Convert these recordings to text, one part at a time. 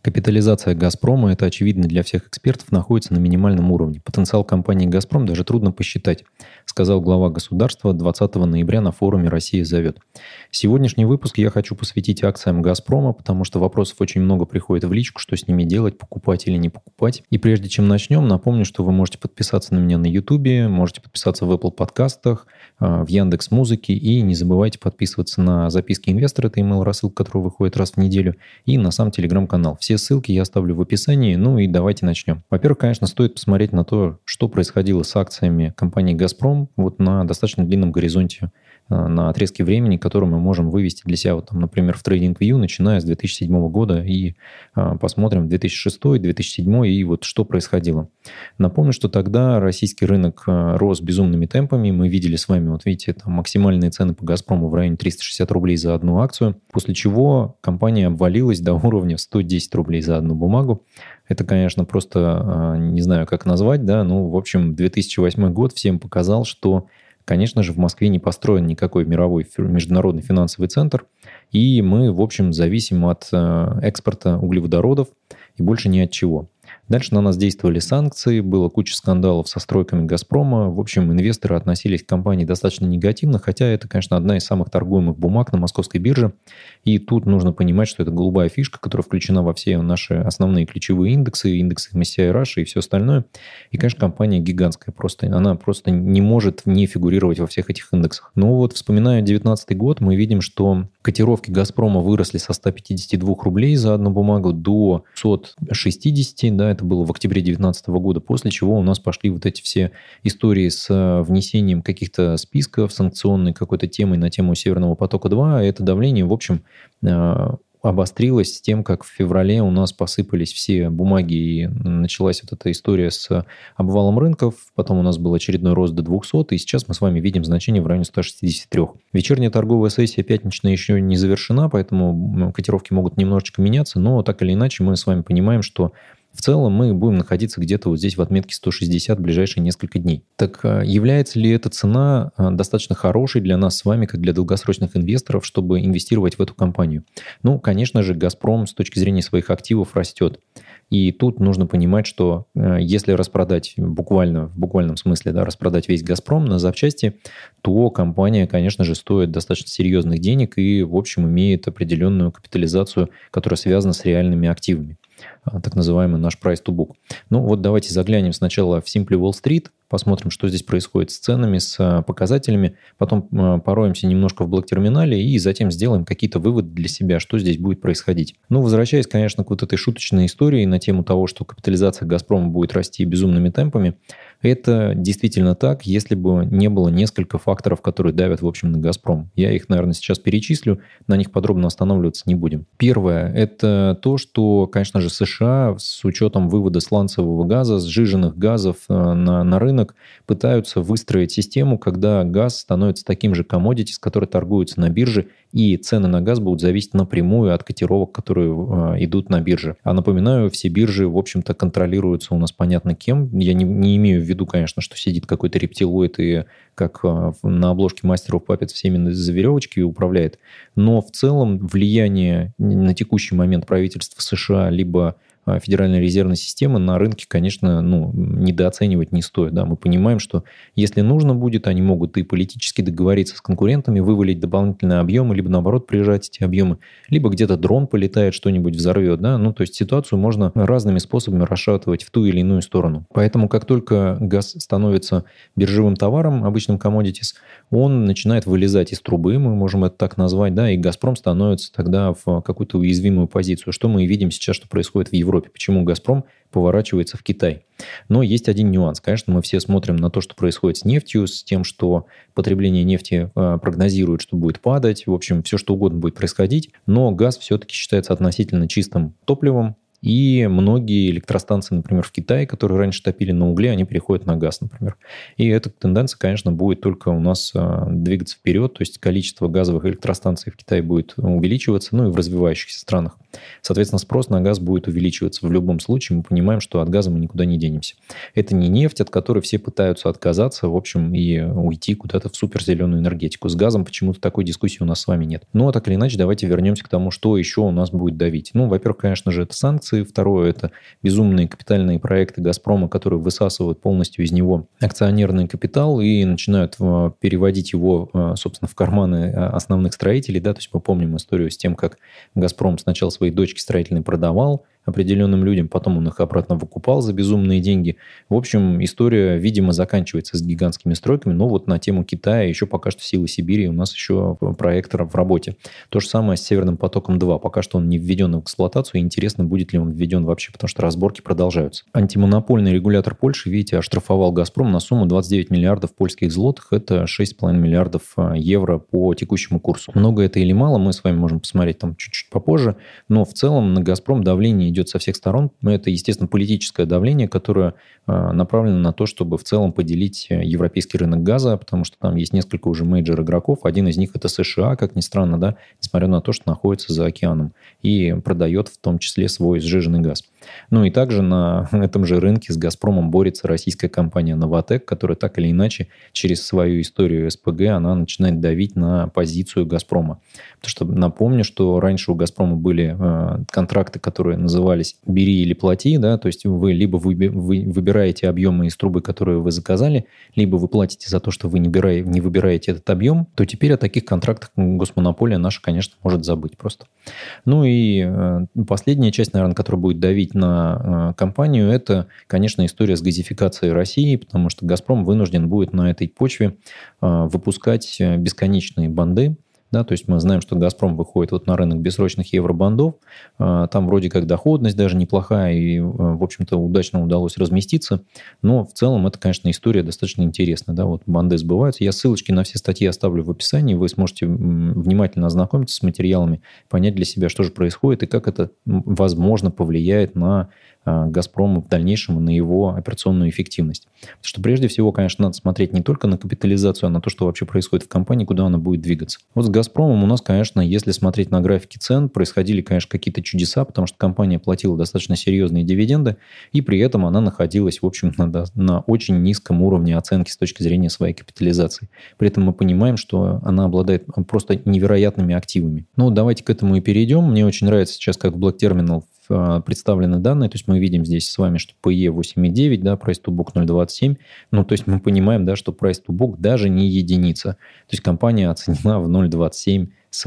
Капитализация «Газпрома», это очевидно для всех экспертов, находится на минимальном уровне. Потенциал компании «Газпром» даже трудно посчитать, сказал глава государства 20 ноября на форуме «Россия зовет». Сегодняшний выпуск я хочу посвятить акциям «Газпрома», потому что вопросов очень много приходит в личку, что с ними делать, покупать или не покупать. И прежде чем начнем, напомню, что вы можете подписаться на меня на YouTube, можете подписаться в Apple подкастах, в Яндекс.Музыке, и не забывайте подписываться на записки инвестора, это email-рассылка, которая выходит раз в неделю, и на сам телеграм-канал. Все ссылки я оставлю в описании, ну и давайте начнем. Во-первых, конечно, стоит посмотреть на то, что происходило с акциями компании «Газпром» вот на достаточно длинном горизонте, на отрезке времени, который мы можем вывести для себя, вот там, например, в TradingView, начиная с 2007 года, и посмотрим 2006, 2007 и вот что происходило. Напомню, что тогда российский рынок рос безумными темпами. Мы видели с вами, вот видите, там максимальные цены по «Газпрому» в районе 360 рублей за одну акцию, после чего компания обвалилась до уровня 110 рублей за одну бумагу. Это, конечно, просто не знаю, как назвать, да, ну, в общем, 2008 год всем показал, что, конечно же, в Москве не построен никакой мировой международный финансовый центр, и мы, в общем, зависим от экспорта углеводородов и больше ни от чего. Дальше на нас действовали санкции, было куча скандалов со стройками «Газпрома». В общем, инвесторы относились к компании достаточно негативно, хотя это, конечно, одна из самых торгуемых бумаг на московской бирже. И тут нужно понимать, что это голубая фишка, которая включена во все наши основные ключевые индексы, индексы MSCI Russia и все остальное. И, конечно, компания гигантская просто. Она просто не может не фигурировать во всех этих индексах. Но вот, вспоминая 2019 год, мы видим, что котировки «Газпрома» выросли со 152 рублей за одну бумагу до 160, да, это было в октябре 2019 года, после чего у нас пошли вот эти все истории с внесением каких-то списков, санкционной какой-то темой на тему «Северного потока-2». Это давление, в общем, обострилось с тем, как в феврале у нас посыпались все бумаги, и началась вот эта история с обвалом рынков, потом у нас был очередной рост до 200, и сейчас мы с вами видим значение в районе 163. Вечерняя торговая сессия пятничная еще не завершена, поэтому котировки могут немножечко меняться, но так или иначе мы с вами понимаем, что в целом мы будем находиться где-то вот здесь в отметке 160 в ближайшие несколько дней. Так является ли эта цена достаточно хорошей для нас с вами, как для долгосрочных инвесторов, чтобы инвестировать в эту компанию? Ну, конечно же, «Газпром» с точки зрения своих активов растет. И тут нужно понимать, что если распродать в буквальном смысле, да, распродать весь «Газпром» на запчасти, то компания, конечно же, стоит достаточно серьезных денег и, в общем, имеет определенную капитализацию, которая связана с реальными активами. Так называемый наш price to book. Ну вот давайте заглянем сначала в Simply Wall Street, посмотрим, что здесь происходит с ценами, с показателями, потом пороемся немножко в блок-терминале и затем сделаем какие-то выводы для себя, что здесь будет происходить. Ну, возвращаясь, конечно, к вот этой шуточной истории на тему того, что капитализация «Газпрома» будет расти безумными темпами, это действительно так, если бы не было несколько факторов, которые давят, в общем, на «Газпром». Я их, наверное, сейчас перечислю, на них подробно останавливаться не будем. Первое – это то, что, конечно же, США с учетом вывода сланцевого газа, сжиженных газов на рынок, пытаются выстроить систему, когда газ становится таким же commodity, с которой торгуются на бирже, и цены на газ будут зависеть напрямую от котировок, которые идут на бирже. А напоминаю, все биржи, в общем-то, контролируются у нас понятно кем. Я не имею в виду, конечно, что сидит какой-то рептилоид и как на обложке «Мастеров Паппет» всеми за веревочки управляет. Но в целом влияние на текущий момент правительства США либо Федеральной резервной системы на рынке, конечно, недооценивать не стоит. Да? Мы понимаем, что если нужно будет, они могут и политически договориться с конкурентами, вывалить дополнительные объемы, либо наоборот прижать эти объемы, либо где-то дрон полетает, что-нибудь взорвет. Да? Ну, то есть ситуацию можно разными способами расшатывать в ту или иную сторону. Поэтому как только газ становится биржевым товаром, обычным commodities, он начинает вылезать из трубы, мы можем это так назвать, да, и «Газпром» становится тогда в какую-то уязвимую позицию, что мы и видим сейчас, что происходит в Европе. Почему «Газпром» поворачивается в Китай. Но есть один нюанс. Конечно, мы все смотрим на то, что происходит с нефтью, с тем, что потребление нефти прогнозирует, что будет падать. В общем, все что угодно будет происходить. Но газ все-таки считается относительно чистым топливом. И многие электростанции, например, в Китае, которые раньше топили на угле, они переходят на газ, например. И эта тенденция, конечно, будет только у нас двигаться вперед. То есть количество газовых электростанций в Китае будет увеличиваться, ну и в развивающихся странах. Соответственно, спрос на газ будет увеличиваться в любом случае. Мы понимаем, что от газа мы никуда не денемся. Это не нефть, от которой все пытаются отказаться, в общем, и уйти куда-то в суперзеленую энергетику. С газом почему-то такой дискуссии у нас с вами нет. Но так или иначе, давайте вернемся к тому, что еще у нас будет давить. Ну, во-первых, конечно же, это санкции. Второе, это безумные капитальные проекты «Газпрома», которые высасывают полностью из него акционерный капитал и начинают переводить его, собственно, в карманы основных строителей. Да? То есть мы помним историю с тем, как «Газпром» сначала свои дочки строительные продавал определенным людям, потом он их обратно выкупал за безумные деньги. В общем, история, видимо, заканчивается с гигантскими стройками, но вот на тему Китая еще пока что «Силы Сибири» у нас еще проект в работе. То же самое с «Северным потоком-2». Пока что он не введен в эксплуатацию, и интересно, будет ли он введен вообще, потому что разборки продолжаются. Антимонопольный регулятор Польши, видите, оштрафовал «Газпром» на сумму 29 миллиардов польских злотых, это 6,5 миллиардов евро по текущему курсу. Много это или мало, мы с вами можем посмотреть там чуть-чуть попозже, но в целом на «Газпром» давление идет со всех сторон. Это, естественно, политическое давление, которое направлено на то, чтобы в целом поделить европейский рынок газа, потому что там есть несколько уже мейджор-игроков. Один из них – это США, как ни странно, да, несмотря на то, что находится за океаном и продает в том числе свой сжиженный газ. Ну и также на этом же рынке с «Газпромом» борется российская компания «Новатэк», которая так или иначе через свою историю СПГ она начинает давить на позицию «Газпрома». Потому что напомню, что раньше у «Газпрома» были контракты, которые назывались «бери или плати», да, то есть вы либо выбираете объемы из трубы, которые вы заказали, либо вы платите за то, что вы не выбираете этот объем, то теперь о таких контрактах госмонополия наша, конечно, может забыть просто. Ну и последняя часть, наверное, которая будет давить на компанию, это, конечно, история с газификацией России, потому что «Газпром» вынужден будет на этой почве выпускать бесконечные банды. Да, то есть мы знаем, что «Газпром» выходит вот на рынок бессрочных евробандов. Там вроде как доходность даже неплохая и, в общем-то, удачно удалось разместиться. Но в целом это, конечно, история достаточно интересная. Да, вот банды сбываются. Я ссылочки на все статьи оставлю в описании. Вы сможете внимательно ознакомиться с материалами, понять для себя, что же происходит и как это, возможно, повлияет на «Газпрома» в дальнейшем и на его операционную эффективность. Потому что прежде всего, конечно, надо смотреть не только на капитализацию, а на то, что вообще происходит в компании, куда она будет двигаться. Вот с «Газпромом» у нас, конечно, если смотреть на графики цен, происходили, конечно, какие-то чудеса, потому что компания платила достаточно серьезные дивиденды, и при этом она находилась, в общем, на очень низком уровне оценки с точки зрения своей капитализации. При этом мы понимаем, что она обладает просто невероятными активами. Ну, давайте к этому и перейдем. Мне очень нравится сейчас, как в Black Terminal представлены данные, то есть мы видим здесь с вами, что PE 8,9, да, price to book 0,27, ну, то есть мы понимаем, да, что price to book даже не единица, то есть компания оценена в 0,27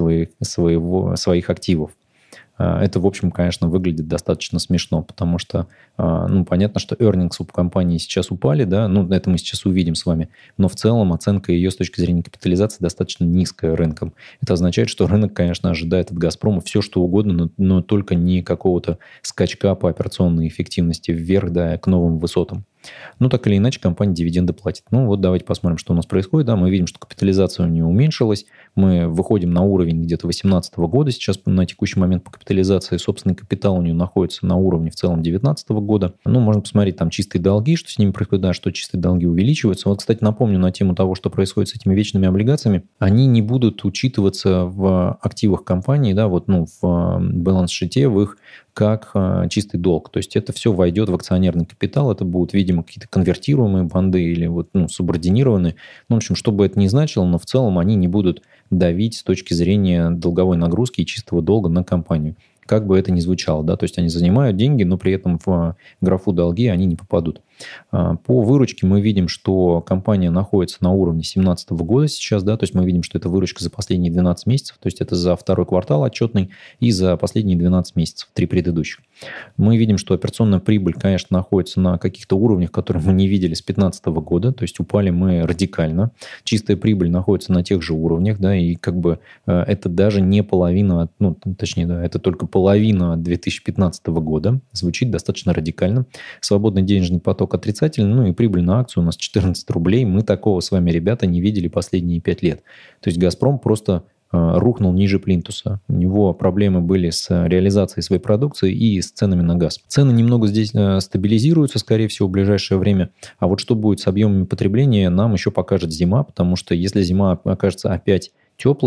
своих активов. Это, в общем, конечно, выглядит достаточно смешно, потому что, ну, понятно, что earnings у компании сейчас упали, да, ну, это мы сейчас увидим с вами, но в целом оценка ее с точки зрения капитализации достаточно низкая рынком. Это означает, что рынок, конечно, ожидает от «Газпрома» все, что угодно, но только не какого-то скачка по операционной эффективности вверх, да, к новым высотам. Ну, так или иначе, компания дивиденды платит. Ну, вот давайте посмотрим, что у нас происходит. Да, мы видим, что капитализация у нее уменьшилась. Мы выходим на уровень где-то 2018 года. Сейчас на текущий момент по капитализации собственный капитал у нее находится на уровне в целом 2019 года. Ну, можно посмотреть там чистые долги, что с ними происходит, да, что чистые долги увеличиваются. Вот, кстати, напомню на тему того, что происходит с этими вечными облигациями. Они не будут учитываться в активах компании, да, вот, ну, в баланс-шите, в их как чистый долг. То есть это все войдет в акционерный капитал, это будут, видимо, какие-то конвертируемые банды или вот, ну, субординированные. Ну, в общем, что бы это ни значило, но в целом они не будут давить с точки зрения долговой нагрузки и чистого долга на компанию. Как бы это ни звучало, да, то есть они занимают деньги, но при этом в графу долги они не попадут. По выручке мы видим, что компания находится на уровне 2017 года сейчас, да, то есть мы видим, что это выручка за последние 12 месяцев, то есть это за второй квартал отчетный и за последние 12 месяцев, 3 предыдущих. Мы видим, что операционная прибыль, конечно, находится на каких-то уровнях, которые мы не видели с 2015 года, то есть упали мы радикально. Чистая прибыль находится на тех же уровнях, да, и как бы это даже не половина, ну, точнее, да, это только половина 2015 года, звучит достаточно радикально. Свободный денежный поток отрицательный, ну и прибыль на акцию у нас 14 рублей. Мы такого с вами, ребята, не видели последние 5 лет. То есть «Газпром» просто рухнул ниже плинтуса. У него проблемы были с реализацией своей продукции и с ценами на газ. Цены немного здесь стабилизируются, скорее всего, в ближайшее время. А вот что будет с объемами потребления, нам еще покажет зима, потому что если зима окажется опять теплой,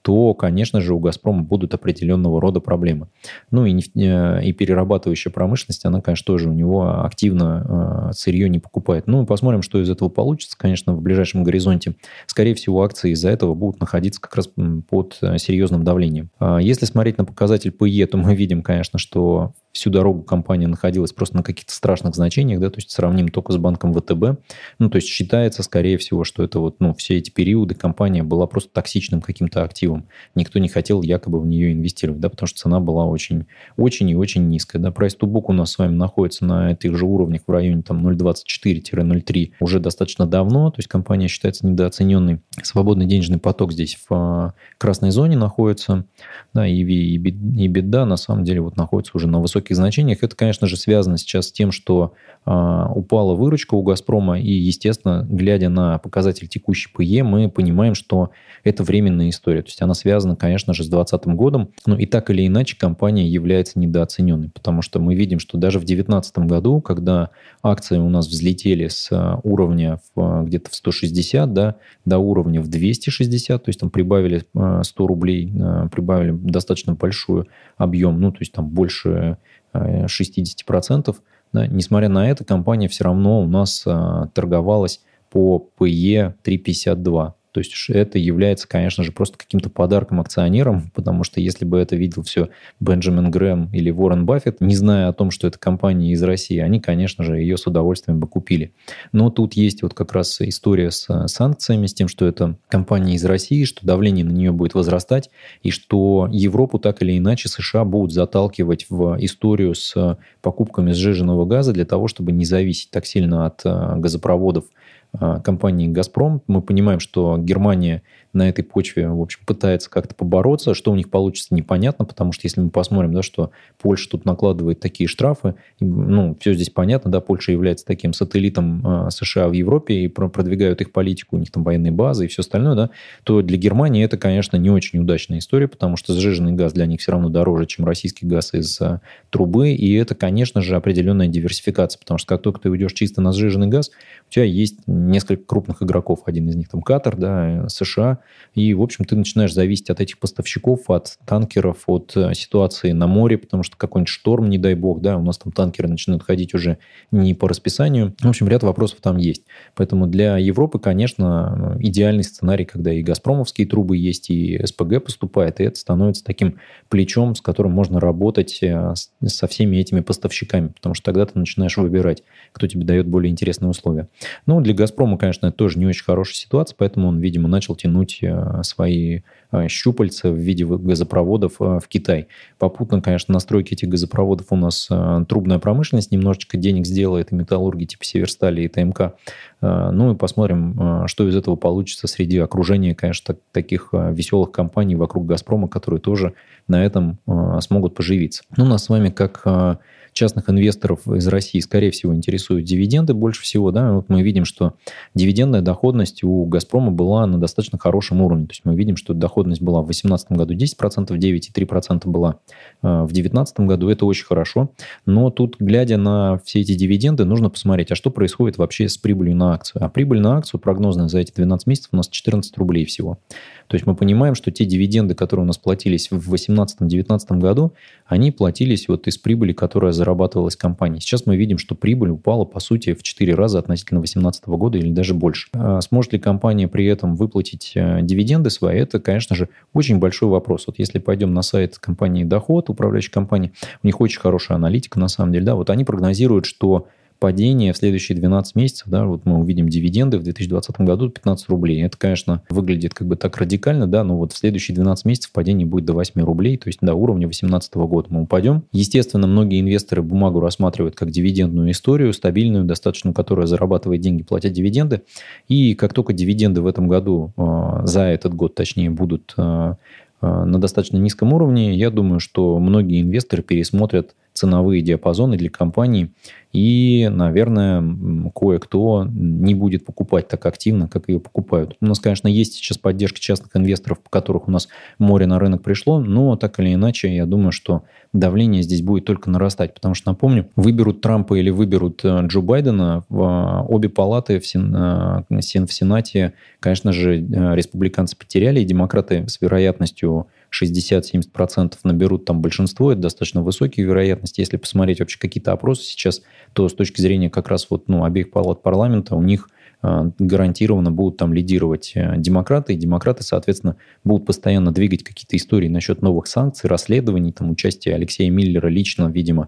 то, конечно же, у «Газпрома» будут определенного рода проблемы. Ну и перерабатывающая промышленность, она, конечно, тоже у него активно сырье не покупает. Ну и посмотрим, что из этого получится. Конечно, в ближайшем горизонте, скорее всего, акции из-за этого будут находиться как раз под серьезным давлением. Если смотреть на показатель PE, то мы видим, конечно, что всю дорогу компания находилась просто на каких-то страшных значениях, да, то есть сравним только с банком ВТБ. Ну, то есть считается, скорее всего, что это вот, ну, все эти периоды компания была просто токсичным каким-то активом. Никто не хотел якобы в нее инвестировать, да, потому что цена была очень, очень и очень низкая, да. Price to book у нас с вами находится на этих же уровнях в районе там 0,24-0,3 уже достаточно давно, то есть компания считается недооцененной. Свободный денежный поток здесь в красной зоне находится, да, и EBITDA на самом деле вот находится уже на высоких значениях. Это, конечно же, связано сейчас с тем, что упала выручка у «Газпрома», и, естественно, глядя на показатель текущий PE, мы понимаем, что это временная история. То есть она связана, конечно же, с 2020 годом, но и так или иначе компания является недооцененной, потому что мы видим, что даже в 2019 году, когда акции у нас взлетели с уровня где-то в 160, да, до уровня в 260, то есть там прибавили 100 рублей, прибавили достаточно большой объем, ну, то есть там больше 60%. Да, несмотря на это, компания все равно у нас торговалась по PE 3,52. То есть это является, конечно же, просто каким-то подарком акционерам, потому что если бы это видел все Бенджамин Грэм или Уоррен Баффет, не зная о том, что это компания из России, они, конечно же, ее с удовольствием бы купили. Но тут есть вот как раз история с санкциями, с тем, что это компания из России, что давление на нее будет возрастать, и что Европу так или иначе США будут заталкивать в историю с покупками сжиженного газа для того, чтобы не зависеть так сильно от газопроводов компании «Газпром». Мы понимаем, что Германия на этой почве, в общем, пытается как-то побороться. Что у них получится, непонятно, потому что если мы посмотрим, да, что Польша тут накладывает такие штрафы, ну, все здесь понятно, да, Польша является таким сателлитом США в Европе и продвигают их политику, у них там военные базы и все остальное, да, то для Германии это, конечно, не очень удачная история, потому что сжиженный газ для них все равно дороже, чем российский газ из трубы, и это, конечно же, определенная диверсификация, потому что как только ты уйдешь чисто на сжиженный газ, у тебя есть несколько крупных игроков, один из них там Катар, да, США, и, в общем, ты начинаешь зависеть от этих поставщиков, от танкеров, от ситуации на море, потому что какой-нибудь шторм, не дай бог, да, у нас там танкеры начинают ходить уже не по расписанию. В общем, ряд вопросов там есть. Поэтому для Европы, конечно, идеальный сценарий, когда и газпромовские трубы есть, и СПГ поступает, и это становится таким плечом, с которым можно работать со всеми этими поставщиками, потому что тогда ты начинаешь выбирать, кто тебе дает более интересные условия. Ну, для «Газпрома», конечно, это тоже не очень хорошая ситуация, поэтому он, видимо, начал тянуть свои щупальца в виде газопроводов в Китай. Попутно, конечно, на стройке этих газопроводов у нас трубная промышленность немножечко денег сделает, и металлурги типа Северстали и ТМК. Ну и посмотрим, что из этого получится среди окружения, конечно, таких веселых компаний вокруг «Газпрома», которые тоже на этом смогут поживиться. Ну, нас с вами, как частных инвесторов из России, скорее всего, интересуют дивиденды больше всего. Да? Вот мы видим, что дивидендная доходность у «Газпрома» была на достаточно хорошем уровне. То есть мы видим, что доходность была в 2018 году 10%, 9,3% была в 2019 году. Это очень хорошо. Но тут, глядя на все эти дивиденды, нужно посмотреть, а что происходит вообще с прибылью на акцию. А прибыль на акцию прогнозная за эти 12 месяцев у нас 14 рублей всего. То есть мы понимаем, что те дивиденды, которые у нас платились в 2018-2019 году, они платились вот из прибыли, которая зарабатывалась компанией. Сейчас мы видим, что прибыль упала, по сути, в 4 раза относительно 2018 года или даже больше. Сможет ли компания при этом выплатить дивиденды свои? Это, конечно же, очень большой вопрос. Вот если пойдем на сайт компании «Доход», управляющей компании, у них очень хорошая аналитика, на самом деле. Да, вот они прогнозируют, что падение в следующие 12 месяцев, да, вот мы увидим дивиденды в 2020 году 15 рублей. Это, конечно, выглядит как бы так радикально, да, но вот в следующие 12 месяцев падение будет до 8 рублей, то есть до уровня 2018 года мы упадем. Естественно, многие инвесторы бумагу рассматривают как дивидендную историю, стабильную, достаточно, которая зарабатывает деньги, платя дивиденды. И как только дивиденды в этом году, за этот год, точнее, будут на достаточно низком уровне, я думаю, что многие инвесторы пересмотрят ценовые диапазоны для компаний, и, наверное, кое-кто не будет покупать так активно, как ее покупают. У нас, конечно, есть сейчас поддержка частных инвесторов, по которых у нас море на рынок пришло, но так или иначе, я думаю, что давление здесь будет только нарастать, потому что, напомню, выберут Трампа или выберут Джо Байдена, обе палаты в Сенате, конечно же, республиканцы потеряли, и демократы с вероятностью 60-70% наберут там большинство, это достаточно высокие вероятности. Если посмотреть вообще какие-то опросы сейчас, то с точки зрения как раз обеих палат парламента у них гарантированно будут там лидировать демократы, и демократы, соответственно, будут постоянно двигать какие-то истории насчет новых санкций, расследований, там, участия Алексея Миллера лично, видимо,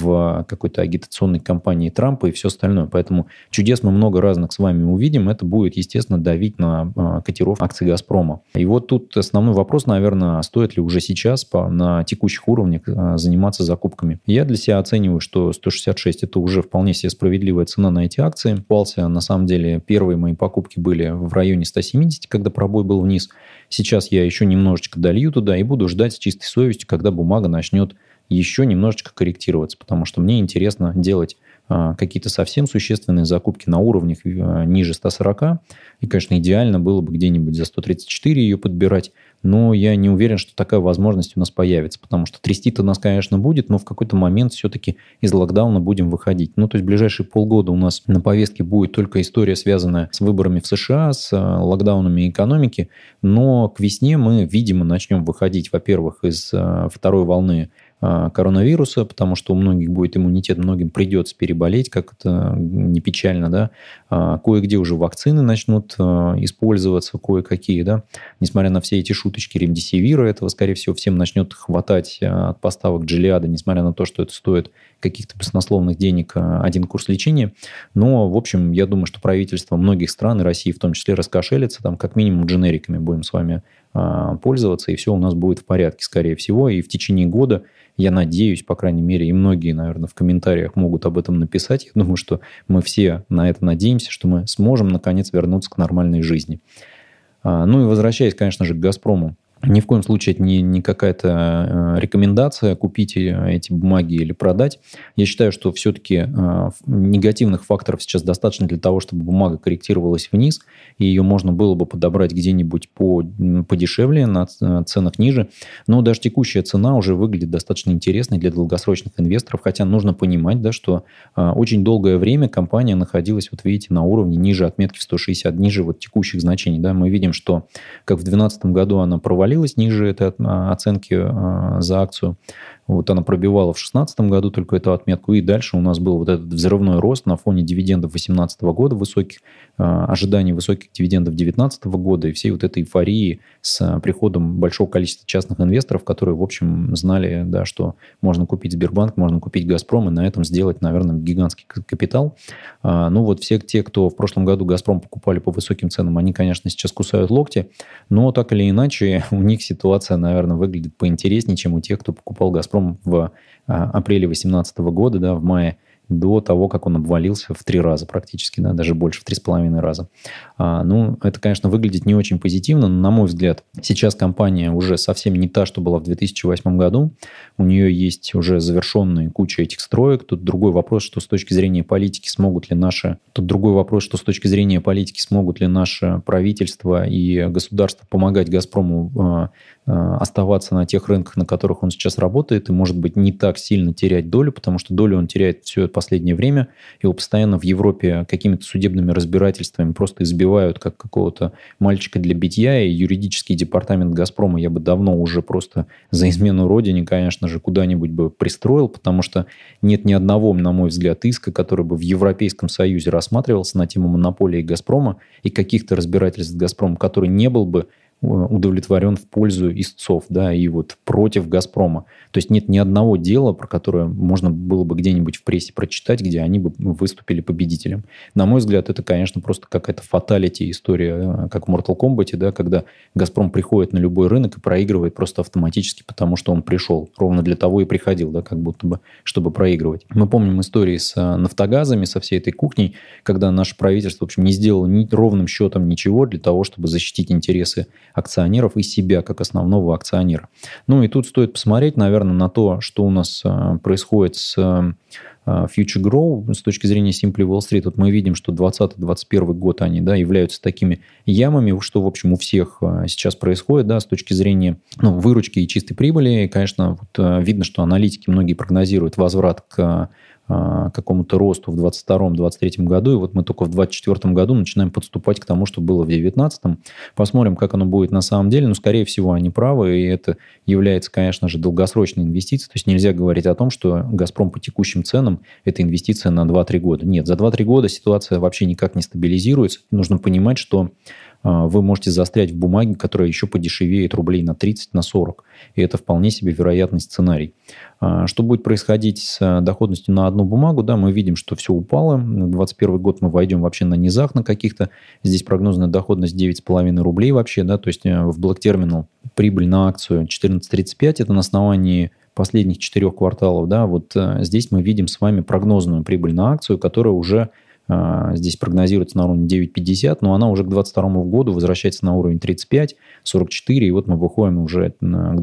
в какой-то агитационной кампании Трампа и все остальное. Поэтому чудес мы много разных с вами увидим. Это будет, естественно, давить на котировку акций «Газпрома». И вот тут основной вопрос, наверное, стоит ли уже сейчас на текущих уровнях заниматься закупками. Я для себя оцениваю, что 166 – это уже вполне себе справедливая цена на эти акции. Попался, на самом деле, первые мои покупки были в районе 170, когда пробой был вниз. Сейчас я еще немножечко долью туда и буду ждать с чистой совестью, когда бумага начнет еще немножечко корректироваться, потому что мне интересно делать какие-то совсем существенные закупки на уровнях ниже 140. И, конечно, идеально было бы где-нибудь за 134 ее подбирать, но я не уверен, что такая возможность у нас появится, потому что трясти-то нас, конечно, будет, но в какой-то момент все-таки из локдауна будем выходить. То есть в ближайшие полгода у нас на повестке будет только история, связанная с выборами в США, с локдаунами экономики, но к весне мы, видимо, начнем выходить, во-первых, из второй волны коронавируса, потому что у многих будет иммунитет, многим придется переболеть, как это не печально, да. Кое-где уже вакцины начнут использоваться, кое-какие, да. Несмотря на все эти шуточки ремдисивира, этого, скорее всего, всем начнет хватать от поставок Gilead, несмотря на то, что это стоит каких-то баснословных денег один курс лечения. Но, в общем, я думаю, что правительство многих стран, и России в том числе, раскошелится, там как минимум дженериками будем с вами пользоваться, и все у нас будет в порядке, скорее всего. И в течение года, я надеюсь, по крайней мере, и многие, наверное, в комментариях могут об этом написать. Я думаю, что мы все на это надеемся, что мы сможем, наконец, вернуться к нормальной жизни. И возвращаясь, конечно же, к «Газпрому». Ни в коем случае это не какая-то рекомендация купить эти бумаги или продать. Я считаю, что все-таки негативных факторов сейчас достаточно для того, чтобы бумага корректировалась вниз, и ее можно было бы подобрать где-нибудь подешевле, на ценах ниже. Но даже текущая цена уже выглядит достаточно интересной для долгосрочных инвесторов, хотя нужно понимать, да, что очень долгое время компания находилась, вот видите, на уровне ниже отметки в 160, ниже текущих значений. Да. Мы видим, что как в 2012 году она провалилась ниже этой оценки за акцию. Она пробивала в 2016 году только эту отметку. И дальше у нас был этот взрывной рост на фоне дивидендов 2018 года, высоких ожиданий высоких дивидендов 2019 года и всей этой эйфории с приходом большого количества частных инвесторов, которые, в общем, знали, да, что можно купить Сбербанк, можно купить Газпром и на этом сделать, наверное, гигантский капитал. Все те, кто в прошлом году Газпром покупали по высоким ценам, они, конечно, сейчас кусают локти, но так или иначе у них ситуация, наверное, выглядит поинтереснее, чем у тех, кто покупал Газпром в апреле 2018 года, да, в мае, до того, как он обвалился в 3 раза практически, да, даже больше, в 3,5 раза. Это, конечно, выглядит не очень позитивно, но, на мой взгляд, сейчас компания уже совсем не та, что была в 2008 году. У нее есть уже завершенная куча этих строек. Тут другой вопрос, что с точки зрения политики смогут ли наше правительство и государство помогать «Газпрому» оставаться на тех рынках, на которых он сейчас работает, и, может быть, не так сильно терять долю, потому что долю он теряет все это последнее время. Его постоянно в Европе какими-то судебными разбирательствами просто избивают, как какого-то мальчика для битья, и юридический департамент «Газпрома» я бы давно уже просто за измену родине, конечно же, куда-нибудь бы пристроил, потому что нет ни одного, на мой взгляд, иска, который бы в Европейском Союзе рассматривался на тему монополии «Газпрома» и каких-то разбирательств с «Газпромом», который не был бы удовлетворен в пользу истцов, да, и против «Газпрома». То есть нет ни одного дела, про которое можно было бы где-нибудь в прессе прочитать, где они бы выступили победителем. На мой взгляд, это, конечно, просто какая-то фаталити история, как в Mortal Kombat, да, когда «Газпром» приходит на любой рынок и проигрывает просто автоматически, потому что он пришел. Ровно для того и приходил, да, как будто бы, чтобы проигрывать. Мы помним истории с нафтогазами, со всей этой кухней, когда наше правительство, в общем, не сделало ровным счетом ничего для того, чтобы защитить интересы акционеров и себя как основного акционера. Ну и тут стоит посмотреть, наверное, на то, что у нас происходит с Future Grow с точки зрения Simply Wall Street. Вот мы видим, что 2020-2021 год они являются такими ямами, что, в общем, у всех сейчас происходит с точки зрения выручки и чистой прибыли. И, конечно, видно, что аналитики многие прогнозируют возврат к какому-то росту в 2022-2023 году, и вот мы только в 2024 году начинаем подступать к тому, что было в 2019. Посмотрим, как оно будет на самом деле, но, скорее всего, они правы, и это является, конечно же, долгосрочной инвестицией, то есть нельзя говорить о том, что «Газпром» по текущим ценам – это инвестиция на 2-3 года. Нет, за 2-3 года ситуация вообще никак не стабилизируется. Нужно понимать, что вы можете застрять в бумаге, которая еще подешевеет рублей на 30, на 40. И это вполне себе вероятный сценарий. Что будет происходить с доходностью на одну бумагу? Мы видим, что все упало. На 2021 год мы войдем вообще на низах на каких-то. Здесь прогнозная доходность 9,5 рублей вообще. То есть в Black Terminal прибыль на акцию 14,35. Это на основании последних 4 кварталов. Вот здесь мы видим с вами прогнозную прибыль на акцию, которая уже здесь прогнозируется на уровне 9,50, но она уже к 2022 году возвращается на уровень 35, 44, и вот мы выходим уже к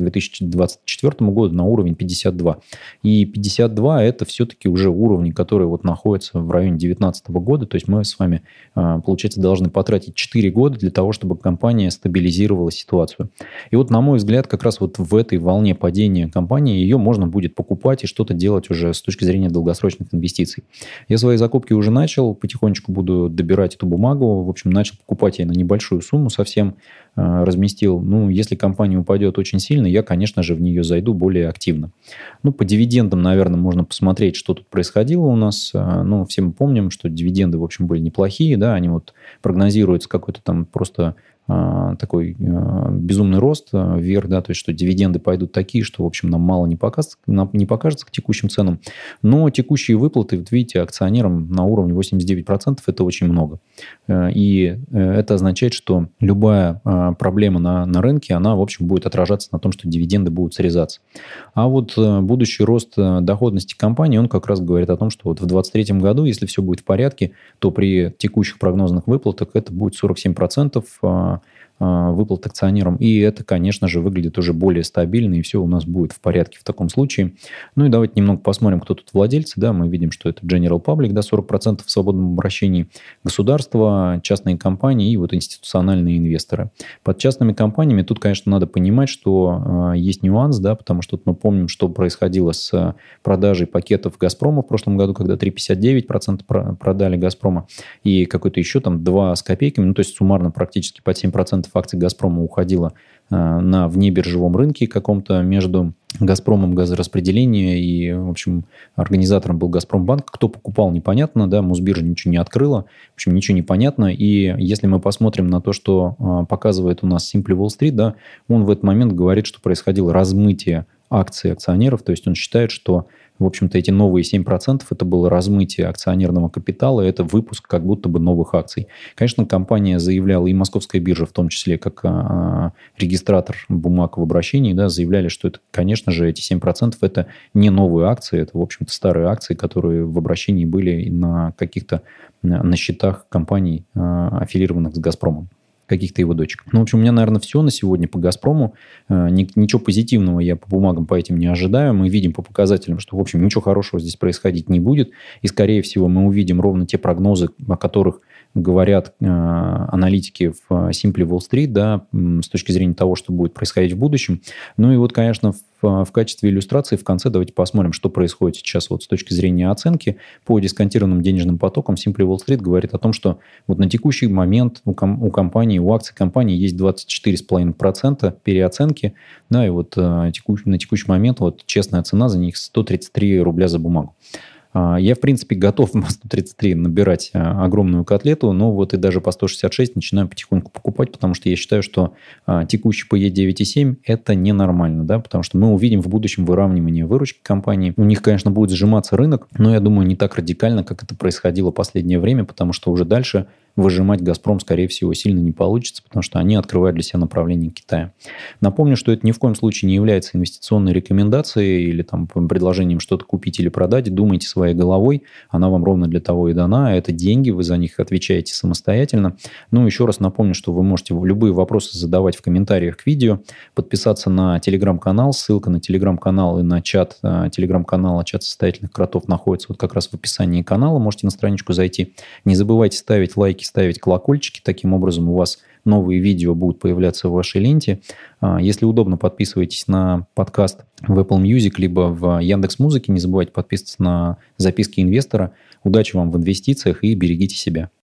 2024 году на уровень 52. И 52 – это все-таки уже уровни, которые находятся в районе 2019 года, то есть мы с вами, получается, должны потратить 4 года для того, чтобы компания стабилизировала ситуацию. И на мой взгляд, как раз в этой волне падения компании ее можно будет покупать и что-то делать уже с точки зрения долгосрочных инвестиций. Я свои закупки уже начал, потихонечку буду добирать эту бумагу. В общем, начал покупать я на небольшую сумму совсем, разместил. Если компания упадет очень сильно, я, конечно же, в нее зайду более активно. По дивидендам, наверное, можно посмотреть, что тут происходило у нас. Все мы помним, что дивиденды, в общем, были неплохие. Они прогнозируются какой-то там просто такой безумный рост вверх, то есть, что дивиденды пойдут такие, что, в общем, нам мало не покажется к текущим ценам. Но текущие выплаты, видите, акционерам на уровне 89% это очень много. И это означает, что любая проблема на рынке, она, в общем, будет отражаться на том, что дивиденды будут срезаться. А будущий рост доходности компании, он как раз говорит о том, что в 2023 году, если все будет в порядке, то при текущих прогнозных выплатах это будет 47% выплат акционерам. И это, конечно же, выглядит уже более стабильно, и все у нас будет в порядке в таком случае. И давайте немного посмотрим, кто тут владельцы. Мы видим, что это General Public, 40% в свободном обращении, государство, частные компании и институциональные инвесторы. Под частными компаниями тут, конечно, надо понимать, что есть нюанс, потому что мы помним, что происходило с продажей пакетов «Газпрома» в прошлом году, когда 3,59% продали «Газпрома», и какой-то еще 2 с копейками, то есть суммарно практически под 7% акций «Газпрома» уходило на внебиржевом рынке каком-то между «Газпромом» газораспределения и, в общем, организатором был «Газпромбанк». Кто покупал, непонятно, Мосбиржа ничего не открыла, в общем, ничего не понятно. И если мы посмотрим на то, что показывает у нас Simply Wall Street, он в этот момент говорит, что происходило размытие акций акционеров, то есть он считает, что, в общем-то, эти новые 7% это было размытие акционерного капитала, это выпуск как будто бы новых акций. Конечно, компания заявляла, и Московская биржа в том числе, как регистратор бумаг в обращении, заявляли, что это, конечно же, эти 7% это не новые акции, это, в общем-то, старые акции, которые в обращении были на каких-то на счетах компаний, аффилированных с «Газпромом», каких-то его дочек. В общем, у меня, наверное, все на сегодня по «Газпрому». Ничего позитивного я по бумагам по этим не ожидаю. Мы видим по показателям, что, в общем, ничего хорошего здесь происходить не будет. И, скорее всего, мы увидим ровно те прогнозы, о которых говорят аналитики в Simply Wall Street, с точки зрения того, что будет происходить в будущем. И конечно, в качестве иллюстрации в конце давайте посмотрим, что происходит сейчас с точки зрения оценки по дисконтированным денежным потокам. Simply Wall Street говорит о том, что на текущий момент у компании, у акций компании есть 24,5% переоценки, и на текущий момент честная цена за них 133 рубля за бумагу. Я, в принципе, готов по 133 набирать огромную котлету, но и даже по 166 начинаю потихоньку покупать, потому что я считаю, что текущий PE 9,7 это ненормально, потому что мы увидим в будущем выравнивание выручки компании. У них, конечно, будет сжиматься рынок, но я думаю, не так радикально, как это происходило в последнее время, потому что уже дальше выжимать «Газпром», скорее всего, сильно не получится, потому что они открывают для себя направление Китая. Напомню, что это ни в коем случае не является инвестиционной рекомендацией или там, предложением что-то купить или продать. Думайте своей головой, она вам ровно для того и дана. Это деньги, вы за них отвечаете самостоятельно. Ну, еще раз напомню, что вы можете любые вопросы задавать в комментариях к видео, подписаться на телеграм-канал, ссылка на телеграм-канал и на чат телеграм-канала «Чат состоятельных кротов» находится вот как раз в описании канала, можете на страничку зайти. Не забывайте ставить лайки, ставить колокольчики, таким образом у вас новые видео будут появляться в вашей ленте. Если удобно, подписывайтесь на подкаст в Apple Music, либо в Яндекс.Музыке. Не забывайте подписываться на записки инвестора. Удачи вам в инвестициях и берегите себя.